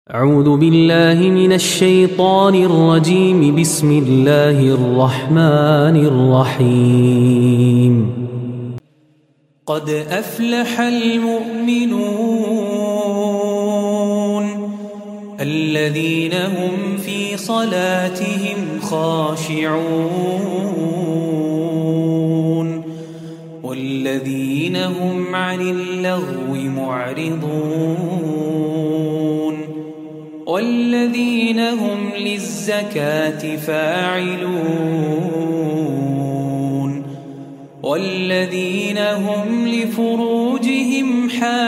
أعوذ بالله من الشيطان الرجيم. بسم الله الرحمن الرحيم. قد أفلح المؤمنون الذين هم في صلاتهم خاشعون والذين هم عن اللغو معرضون والذين هم للزكاة فاعلون والذين هم لفروجهم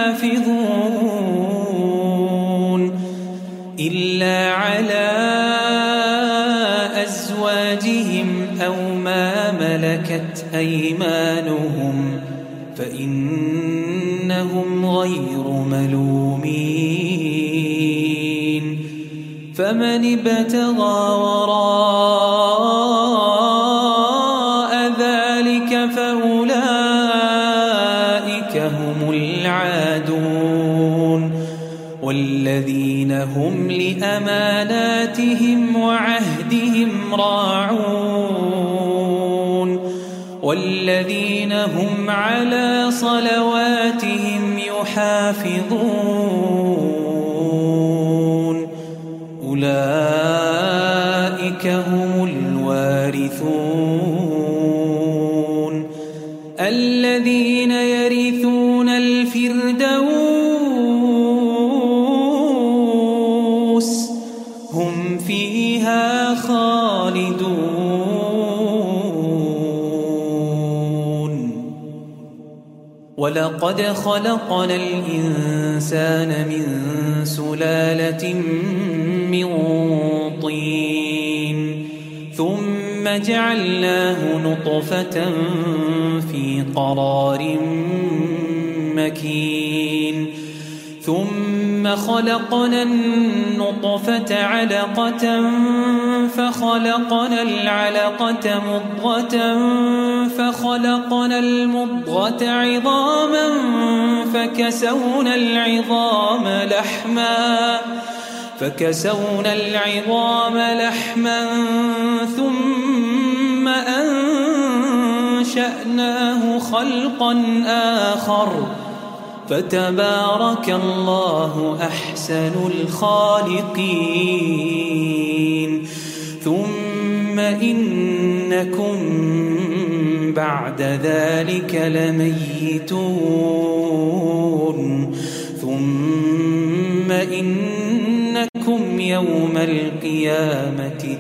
حافظون إلا على أزواجهم أو ما ملكت أيمانهم فإنهم غير ملومين. فمن ابتغى وراء ذلك فأولئك هم العادون والذين هم لأماناتهم وعهدهم راعون والذين هم على صلواتهم يحافظون أولئك هم الوارثون الذين يرثون الفردوس هم فيها خالدون. ولقد خلقنا الإنسان من سلالة من طين ثم جعلناه نطفة في قرار مكين ثم خلقنا النطفة علقة فخلقنا العلقة مضغة فخلقنا المضغة عظاما فكسونا العظام لحما ثم أنشأناه خلقا آخر فتبارك الله أحسن الخالقين. ثم إنكم بعد ذلك لميتون ثم إنكم يوم القيامة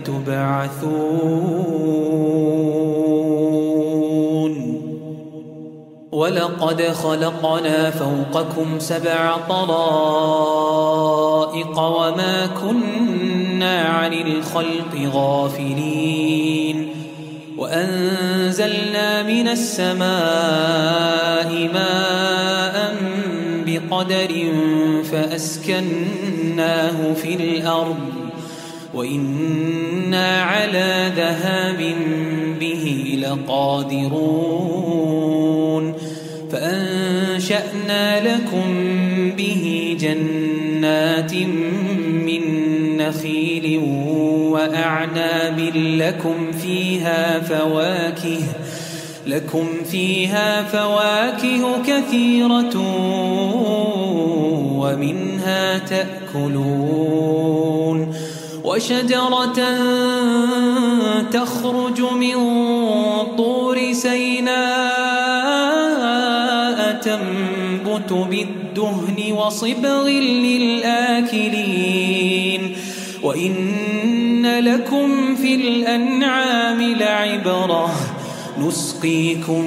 تبعثون. ولقد خلقنا فوقكم 7 طرائق وما كنا عن الخلق غافلين وأنزلنا من السماء ماء بقدر فأسكناه في الأرض وإنا على ذهاب به لقادرون فأنشأنا لكم به جنات من نخيل وأعناب لكم فيها فواكه كثيرة ومنها تأكلون وشجرة تخرج من طور سيناء تنبت بالدهن وصبغ للآكلين وإن لكم في الأنعام لعبرة نسقيكم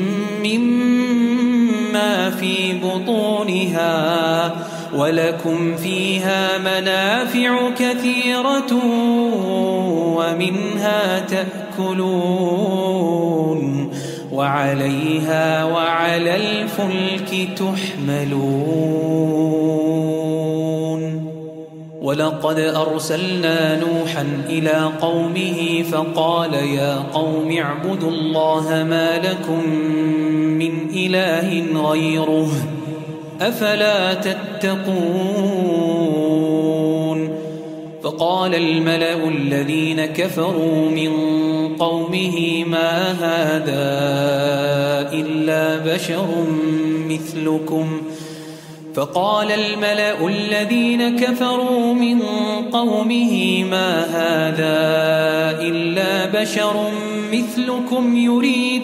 مما في بطونها ولكم فيها منافع كثيرة ومنها تأكلون وعليها وعلى الفلك تحملون. ولقد أرسلنا نوحا إلى قومه فقال يا قوم اعبدوا الله ما لكم من إله غيره أفلا تتقون فقال الملأ الذين كفروا من قومه ما هذا إلا بشر مثلكم فقال الملأ الذين كفروا من قومه ما هذا إلا بشر مثلكم يريد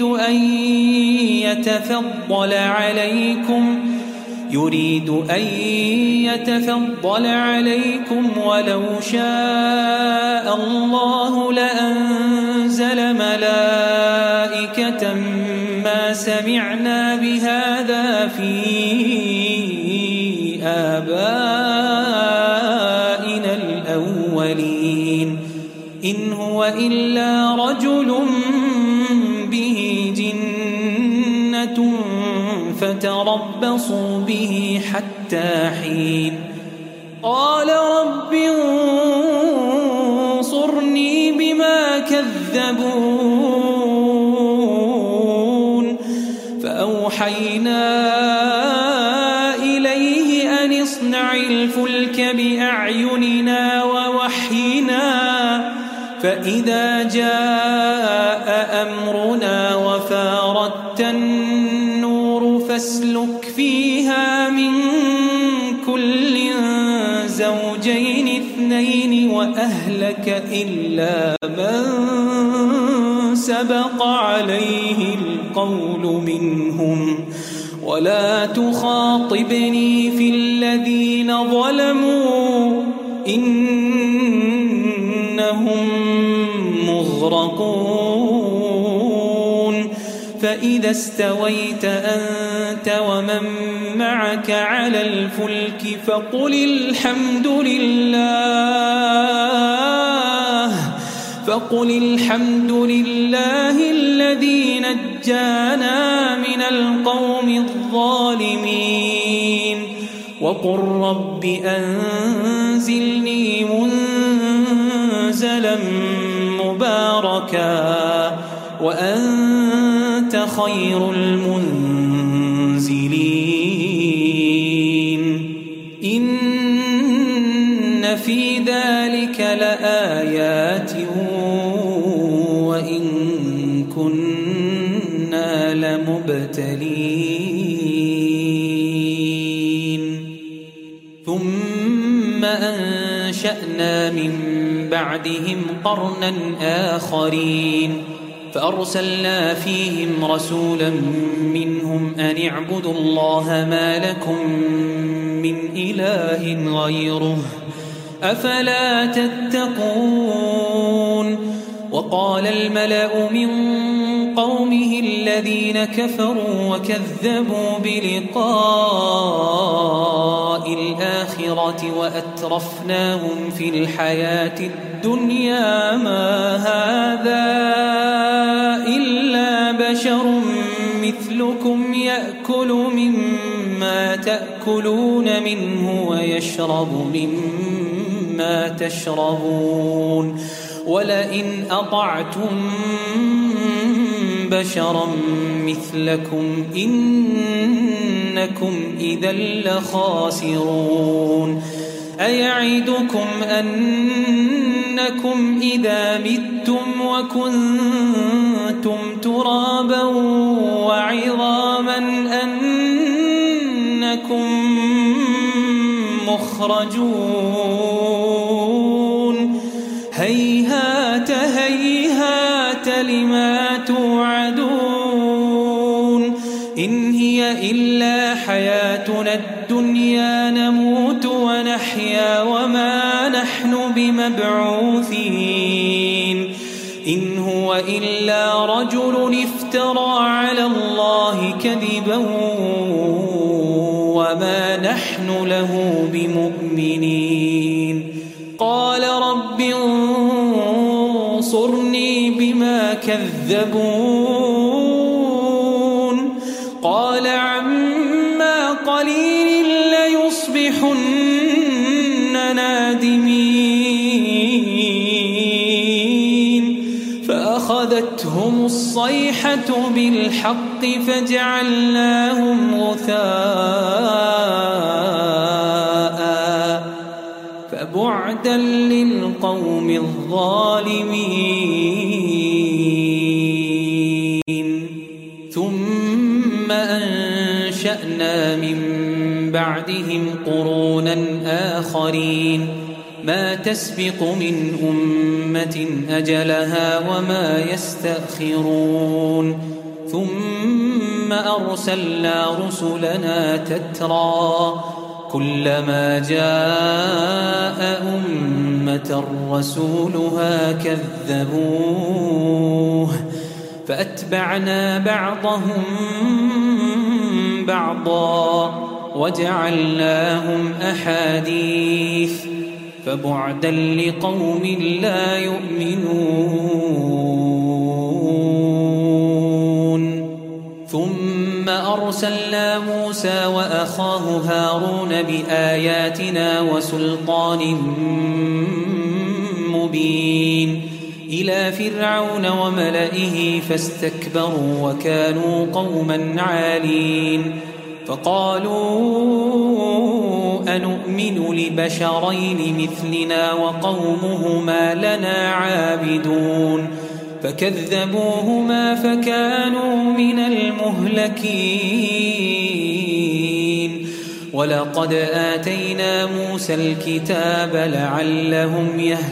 أن يتفضل عليكم ولو شاء الله لأنزل ملائكة ما سمعنا بهذا في آبائنا الأولين إن هو إلا رجل به جنة فتربصوا به حتى حين قال رب انصرني بما كذبون فأوحينا إليه أن اصنع الفلك بأعيننا ووحينا فإذا جاء أمرنا وفاردت النور فاسلك فيها من كل زوجين اثنين وأهلك إلا من سبق عليه القول منهم ولا تخاطبني في الذين ظلموا إنهم مغرقون فإذا استويت أنت ومن معك على الفلك فقل الحمد لله الذي نجانا من القوم الظالمين وقل رب أنزلني منزلا مباركا وأنت خير المنزلين إن في ذلك لآيات وإن كنا لمبتلين ثم أنشأنا من بعدهم قرنا آخرين فأرسلنا فيهم رسولا منهم أن اعبدوا الله ما لكم من إله غيره أفلا تتقون وقال الملأ من قومه الذين كفروا وكذبوا بلقاء الآخرة وأترفناهم في الحياة الدنيا ما هذا إلا بشر مثلكم يأكل مما تأكلون منه ويشرب مما تشربون ولئن أطعتم بشرا مثلكم إنكم إذا لخاسرون أيعدكم أنكم إذا متم وكنتم ترابا وعظاما أنكم مخرجون هيهات هيهات لما توعدون إن هي إلا حياتنا الدنيا نموت ونحيا وما نحن بمبعوثين إن هو إلا رجل افترى على الله كذبا وما نحن له بمؤمنين قال رب انصرني بما كذبون قال عما قليل ليصبحن نادمين فأخذتهم الصيحة بالحق فجعلناهم غثاء فبعدا للقوم الظالمين. ثم أنشأنا من بعدهم قرونا آخرين ما تسبق من أمة أجلها وما يستأخرون. ثم أرسلنا رسلنا تترى كلما جاء أمة رسولها كذبوه فأتبعنا بعضهم بعضا وجعلناهم أحاديث فبعدا لقوم لا يؤمنون. ثم أرسلنا موسى وأخاه هارون بآياتنا وسلطان مبين إلى فرعون وملئه فاستكبروا وكانوا قوما عالين. فقالوا أنؤمن لبشرين مثلنا وقومهما لنا عابدون فكذبوهما فكانوا من المهلكين. ولقد آتينا موسى الكتاب لعلهم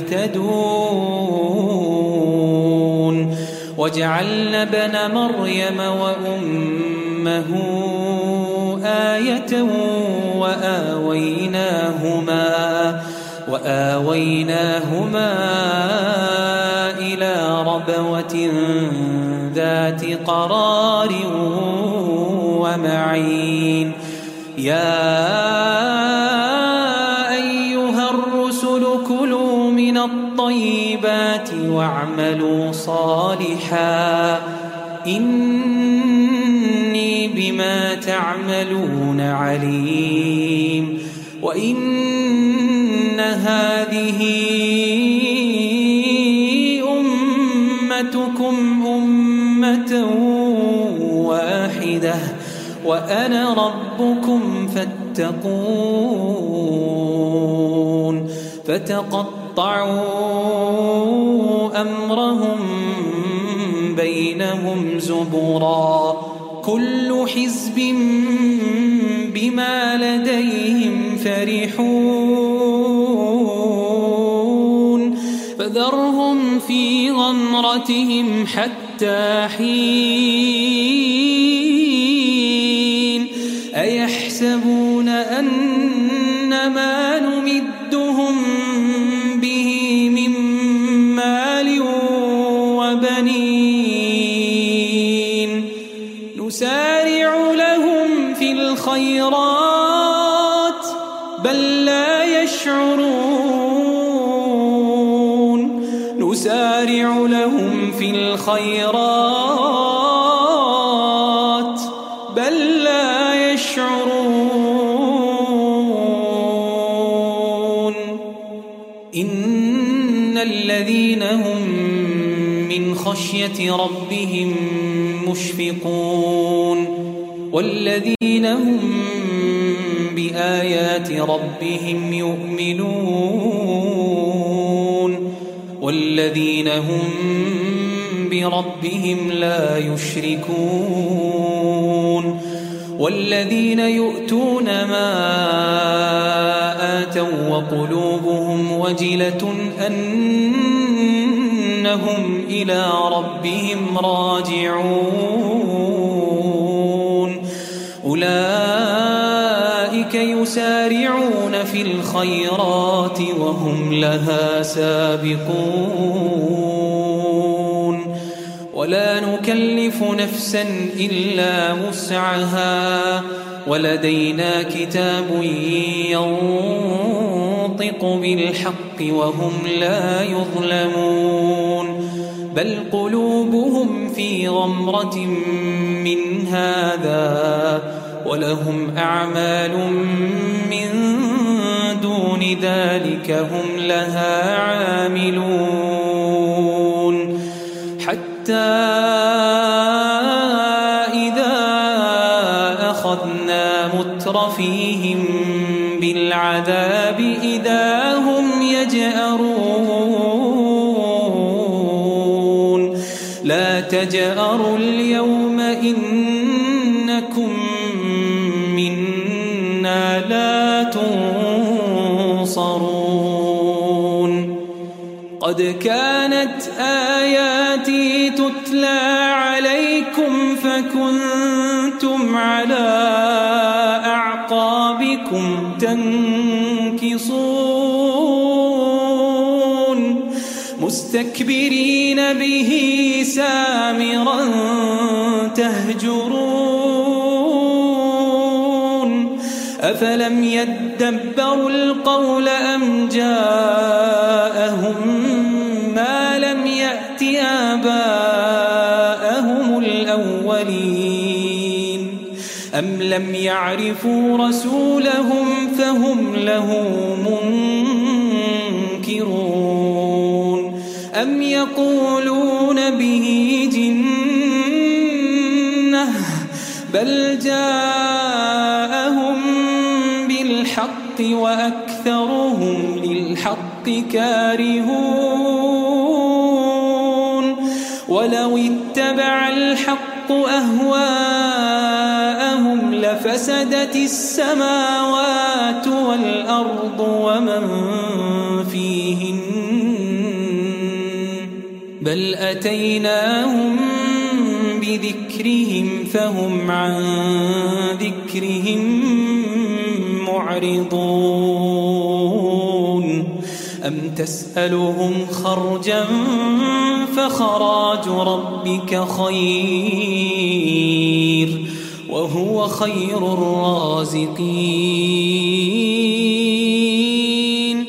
يهتدون وجعلنا ابن مريم وأمه آية وآويناهما إلى ربوة ذات قرار ومعين. يا أيها الرسل كلوا من الطيبات واعملوا صالحا إني بما تعملون عليم. وإن هذه أمتكم أمة واحدة وأنا ربكم فاتقون. فتقطعوا أمرهم بينهم زبرا كل حزب بما لديهم فرحون. فذرهم في غمرتهم حتى حين. أيحسبون أن ما نمدهم به من مال وبنين نسارع لهم في الخيرات بل لا يشعرون. نسارع لهم في الخيرات بل لا يشعرون. إن الذين هم من خشية ربهم مشفقون والذين هم بآيات ربهم يؤمنون والذين هم بربهم لا يشركون والذين يؤتون ما آتوا وقلوبهم وجلة أنهم إلى ربهم راجعون أولئك يسارعون في الخيرات وهم لها سابقون. ولا نكلف نفسا إلا وسعها ولدينا كتاب ينطق بالحق وهم لا يظلمون. بل قلوبهم في غمرة من هذا ولهم أعمال من دون ذلك هم لها عاملون. حتى إذا أخذنا مترفيهم بالعذاب إذا هم تجأروا اليوم إنكم منا لا تنصرون قد كانت آياتي تتلى عليكم فكنتم على أعقابكم تنكصون مستكبرين به سامرا تهجرون أفلم يدبروا القول أم جاءهم ما لم يأت آباءهم الأولين أم لم يعرفوا رسولهم فهم له منكرون أم يقولون به جنة بل جاءهم بالحق وأكثرهم للحق كارهون ولو اتبع الحق أهواءهم لفسدت السماوات والأرض ومن فيهن بل أتيناهم بذكرهم فهم عن ذكرهم معرضون أم تسألهم خرجا فخراج ربك خير وهو خير الرازقين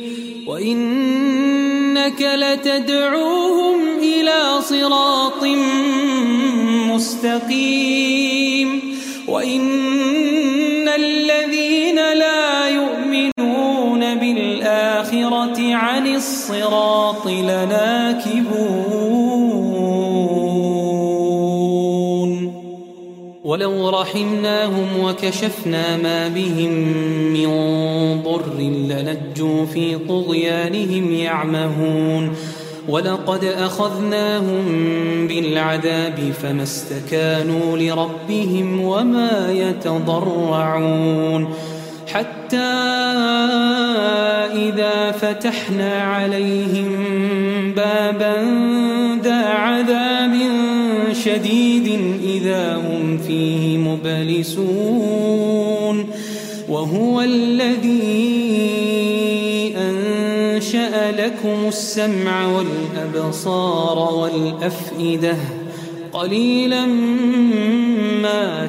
وإنك لتدعوهم إلى صراط مستقيم وإن الذين لا يؤمنون بالآخرة عن الصراط لناكبون ولو رحمناهم وكشفنا ما بهم من ضر للجوا في طغيانهم يعمهون ولقد أخذناهم بالعذاب فما استكانوا لربهم وما يتضرعون حتى إذا فتحنا عليهم بابا ذا عذاب شديد إذا هم فيه مبلسون وهو الذي أنشأ لكم السمع والأبصار والأفئدة قليلا ما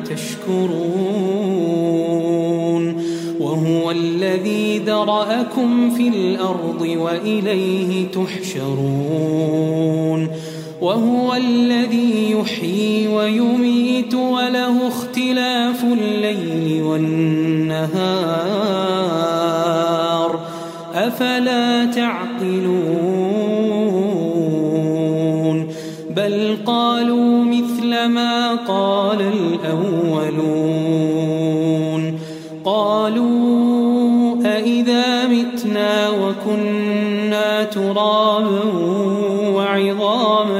تشكرون وهو الذي ذرأكم في الأرض وإليه تحشرون وهو الذي يحيي ويميت وله اختلاف الليل والنهار أفلا تعقلون بل قالوا مثل ما قال الأولون قالوا أئذا متنا وكنا ترابا وعظاما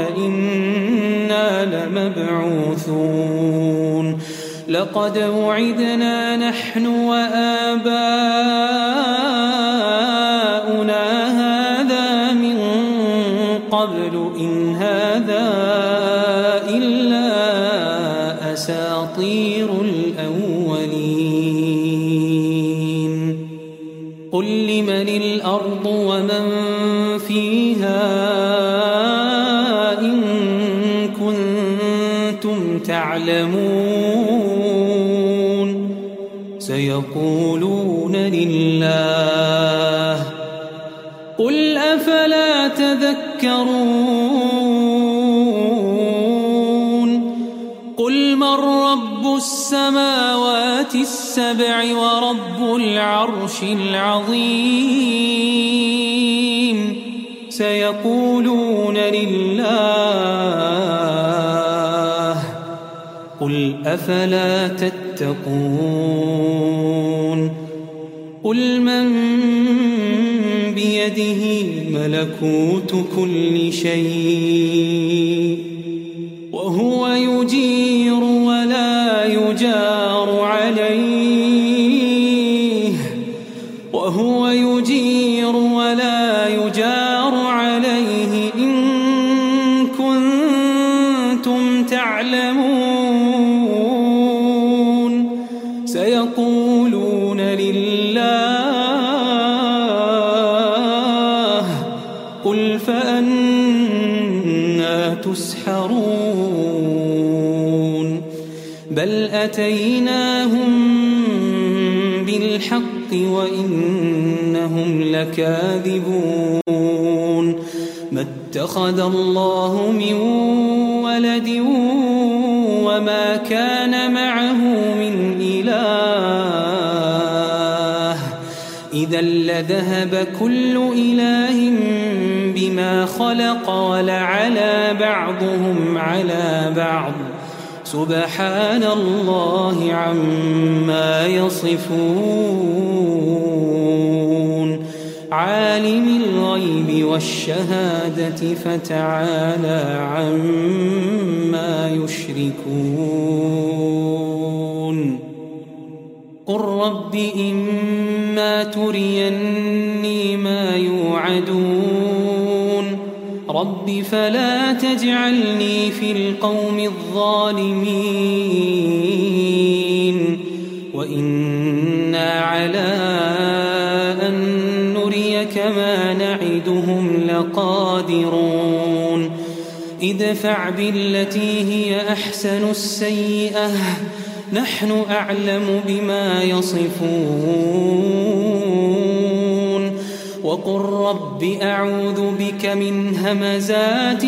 أئنا لمبعوثون لقد وعدنا نحن وآباؤنا هذا من قبل إن هذا إلا أساطير الأولين قل لمن الأرض ومن فيها إن كنتم تعلمون سيقولون لله قل أفلا تذكرون قل من رب السماوات السبع ورب العرش العظيم سيقولون لله قل أفلا تتقون قل من بيده ملكوت كل شيء وهو يجير ولا يجار عليه إن كنتم تعلمون سيقولون لله قل فأنى تسحرون بل أتيناهم بالحق وإنهم لكاذبون ما اتخذ الله من ولد وما كان معه من إله إذا لذهب كل إله بما خلق ولعلى بعضهم على بعض سبحان الله عما يصفون عالم الغيب والشهادة فتعالى عما يشركون قل رب إما تريني ما يوعدون رب فلا تجعلني في القوم الظالمين وإنا على أن نريك ما نعدهم لقادرون ادفع بالتي هي أحسن السيئة نحن أعلم بما يصفون وقل رب أعوذ بك من همزات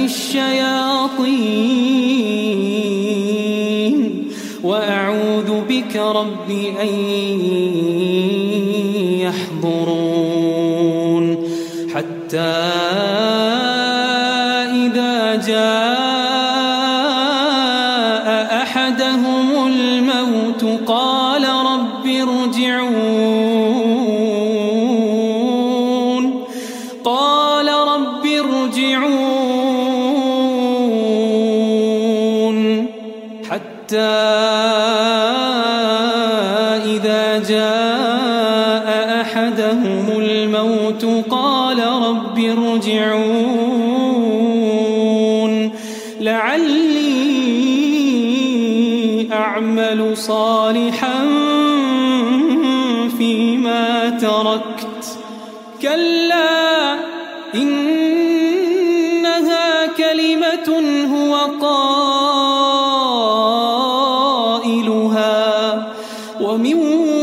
الشياطين وأعوذ بك رب أن يحضرون حتى إذا جاء أحدهم الموت قال رب ارجعون حتى إذا جاء أحدهم الموت قال رب ارجعون لعلي أعمل صالحا فيما تركت كلا إنها كلمة هو قائلها ومن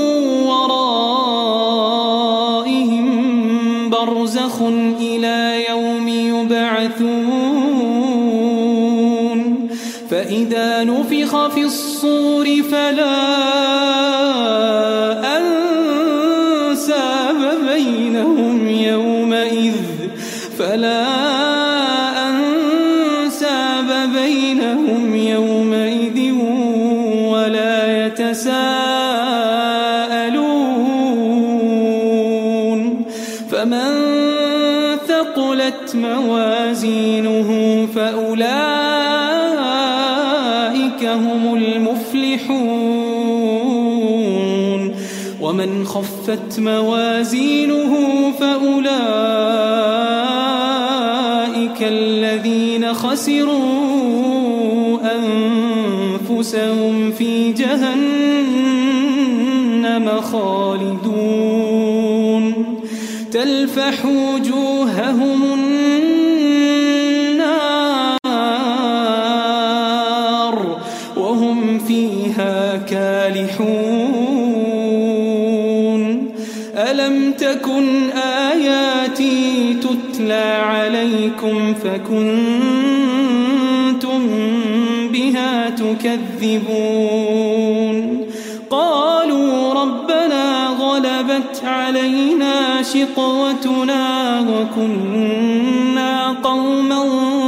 ورائهم برزخ إلى يوم يبعثون فإذا نفخ في الصور فلا أنساب بينهم يومئذ ولا يتساءلون فمن ثقلت موازينه فأولئك هم المفلحون ومن خفت موازينه فأولئك الذين خسروا أنفسهم في جهنم خالدون تلفح وجوههم النار وهم فيها كالحون ألم تكن آياتي تتلى عليكم فكنتم بها تكذبون قالوا ربنا غلبت علينا شقوتنا وكنا قوما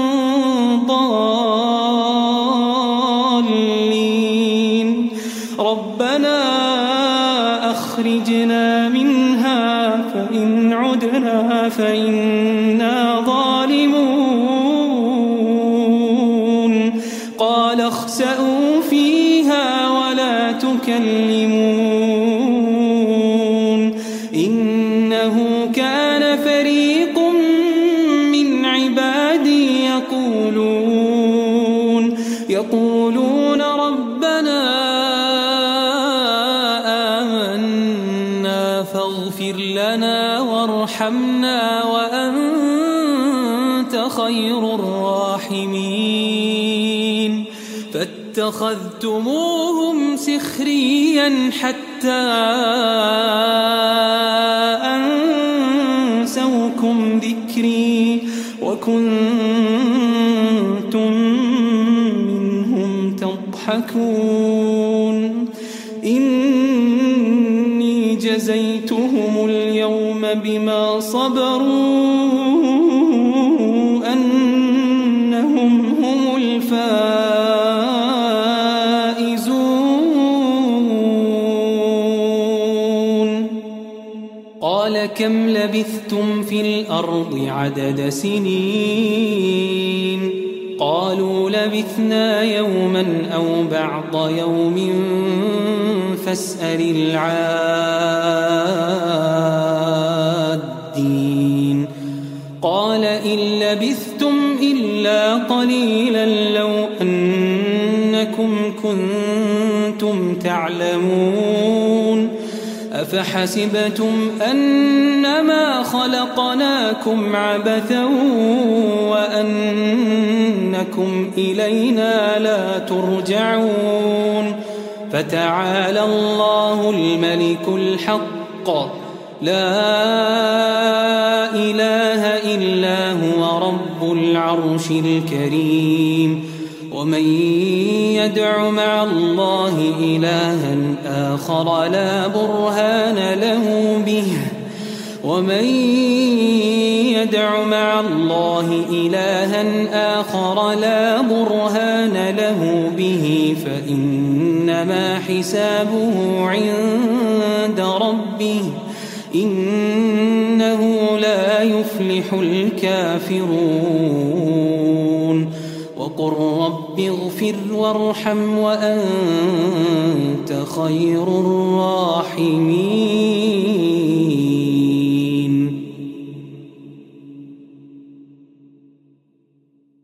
ضالين ربنا أخرجنا منها فإن عدنا فإنا ظالمون قال اخسئوا فيها ولا تكلمون إنه كان فريق من عبادي يقولون ربنا آمنا فاغفر لنا وارحمنا وأنت خير الراحمين فاتخذتموهم سخريا حتى أنسوكم ذكري وكنتم منهم تضحكون إني جزيتهم اليوم بما صبروا أنهم هم الفائزون قال كم لبثتم في الأرض عدد سنين قالوا لبثنا يوما أو بعض يوم فاسأل العادين قال إن لبثتم إلا قليلا لو أنكم كنتم تعلمون أفحسبتم أنما خلقناكم عبثا وأنكم إلينا لا ترجعون فتعالى الله الملك الحق لا إله إلا هو رب العرش الكريم ومن يدع مع الله إلها آخر لا برهان له به فإنما حسابه عند ربه إنه لا يفلح الكافرون وقل رب اغفر وارحم وأنت خير الراحمين